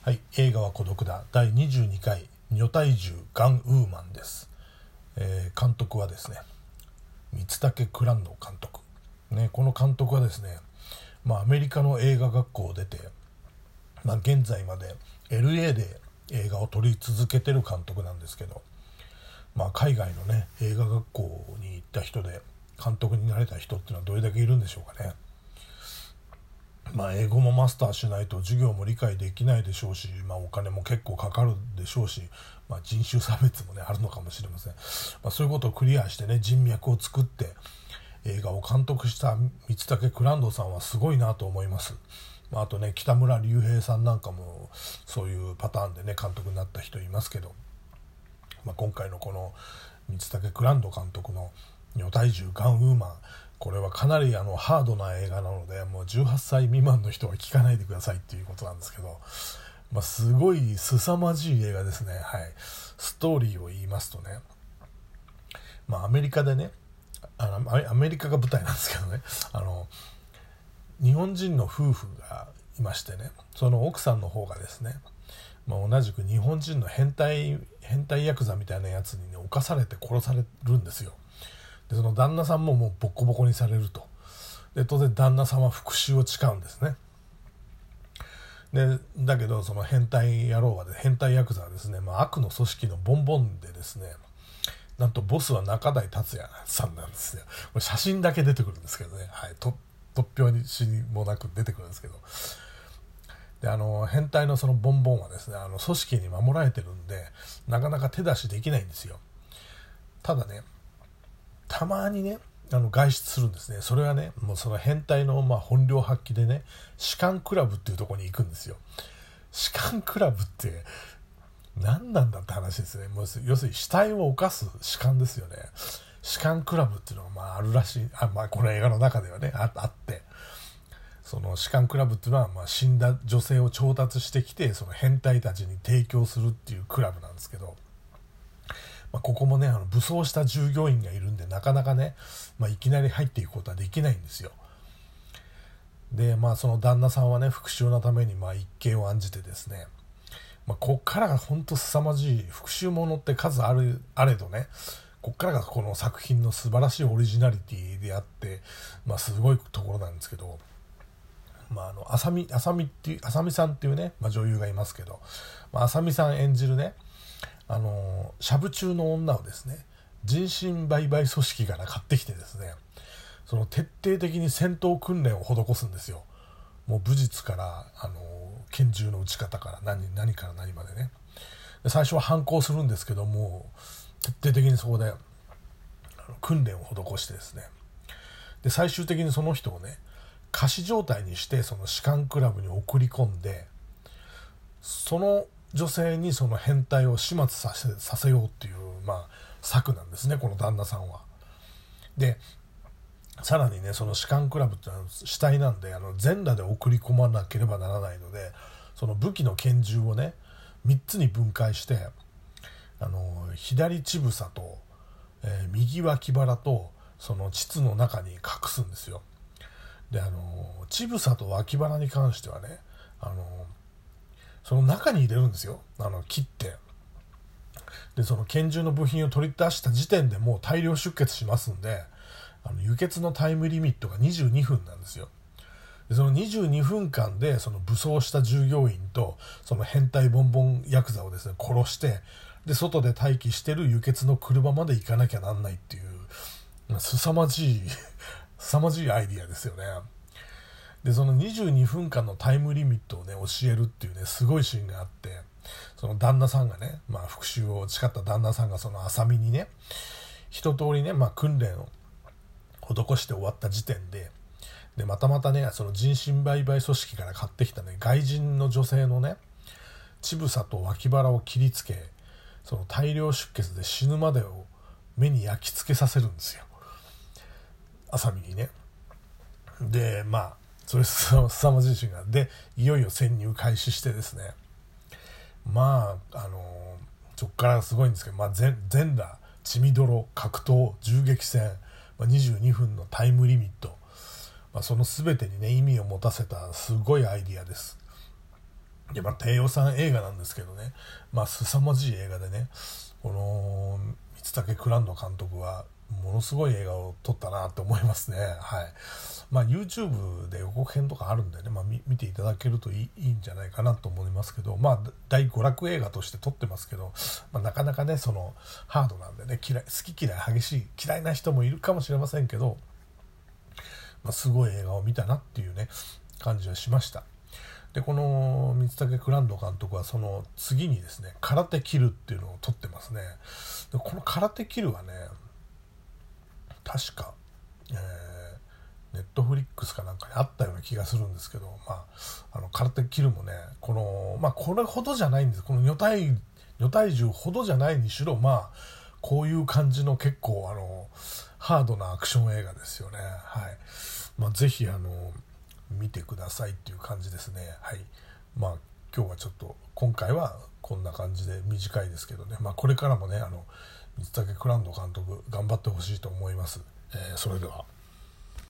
はい、映画は孤独だ第22回女体重ガンウーマンです。監督はですね三竹クランド監督、この監督はですね、アメリカの映画学校を出て、現在まで LA で映画を撮り続けてる監督なんですけど、海外のね映画学校に行った人で監督になれた人っていうのはどれだけいるんでしょうかね。英語もマスターしないと授業も理解できないでしょうし、お金も結構かかるでしょうし、人種差別もねあるのかもしれません。そういうことをクリアしてね人脈を作って映画を監督した三竹クランドさんはすごいなと思います。あとね北村隆平さんなんかもそういうパターンでね監督になった人いますけど、今回のこの三竹クランド監督の女体重ガンウーマン、これはかなりハードな映画なので、もう18歳未満の人は聞かないでくださいっていうことなんですけど、すごい凄まじい映画ですね。ストーリーを言いますとね、アメリカでねアメリカが舞台なんですけどね、日本人の夫婦がいましてね、その奥さんの方がですね、同じく日本人の変態ヤクザみたいなやつにね侵されて殺されるんですよ。でその旦那さんももうボッコボコにされると。で当然旦那さんは復讐を誓うんですね。でだけどその変態野郎は変態ヤクザはですね、悪の組織のボンボンでですね、なんとボスは中台達也さんなんですよ。これ写真だけ出てくるんですけどね、突拍子もなく出てくるんですけど、で変態のそのボンボンはですね組織に守られてるんでなかなか手出しできないんですよ。ただねたまにね外出するんですね。それはねもうその変態の本領発揮でね士官クラブっていうところに行くんですよ。士官クラブって何なんだって話ですね。もう要するに死体を犯す士官ですよね。士官クラブっていうのがあるらしい。この映画の中ではねあって、その士官クラブっていうのは死んだ女性を調達してきてその変態たちに提供するっていうクラブなんですけど、ここもね武装した従業員がいるんでなかなかね、いきなり入っていくことはできないんですよ。でその旦那さんはね復讐のために一計を案じてですね、こっからが本当凄まじい復讐ものって数あれどね、こっからがこの作品の素晴らしいオリジナリティであって、すごいところなんですけど、浅見さんっていうね、女優がいますけど、浅見さん演じるねシャブ中の女をですね人身売買組織から買ってきてですね、その徹底的に戦闘訓練を施すんですよ。もう武術から拳銃の撃ち方から何から何までね。で最初は反抗するんですけども徹底的にそこで訓練を施してですね、で最終的にその人をね仮死状態にしてその士官クラブに送り込んで、その女性にその変態を始末させようっていう策なんですね、この旦那さんは。でさらにねその士官クラブってのは死体なんで全裸で送り込まなければならないので、その武器の拳銃をね3つに分解して左乳房と、右脇腹とその膣の中に隠すんですよ。で乳房と脇腹に関してはねその中に入れるんですよ。切ってでその拳銃の部品を取り出した時点でもう大量出血しますんで、輸血のタイムリミットが22分なんですよ。でその22分間でその武装した従業員とその変態ボンボンヤクザをですね殺して、で外で待機してる輸血の車まで行かなきゃなんないっていう凄まじいアイディアですよね。でその22分間のタイムリミットをね教えるっていうねすごいシーンがあって、その旦那さんがね、復讐を誓った旦那さんがその浅見にね一通りね、訓練を施して終わった時点で、またねその人身売買組織から買ってきたね外人の女性のね乳房と脇腹を切りつけ、その大量出血で死ぬまでを目に焼き付けさせるんですよ、浅見にね。でそれ凄まじいシーンがでいよいよ潜入開始してですね、そっからすごいんですけど、全裸血みどろ格闘銃撃戦、22分のタイムリミット、その全てにね意味を持たせたすごいアイディアです。 で低予算映画なんですけどね、凄まじい映画でね、この光武クランド監督はものすごい映画を撮ったなって思いますね。はい。YouTube で予告編とかあるんでね、見ていただけるといいんじゃないかなと思いますけど、大娯楽映画として撮ってますけど、なかなかね、ハードなんでね、好き嫌い激しい、嫌いな人もいるかもしれませんけど、すごい映画を見たなっていうね、感じはしました。で、この光武クランド監督はその次にですね、空手キルっていうのを撮ってますね。で、この空手キルはね、確か、ネットフリックスかなんかにあったような気がするんですけど、空手キルもね、これほどじゃないんです。この女体重ほどじゃないにしろ、こういう感じの結構ハードなアクション映画ですよね。はい。ぜひ見てくださいっていう感じですね。はい。今日はちょっと今回はこんな感じで短いですけどね。これからもね光武クランド監督頑張ってほしいと思います。それでは。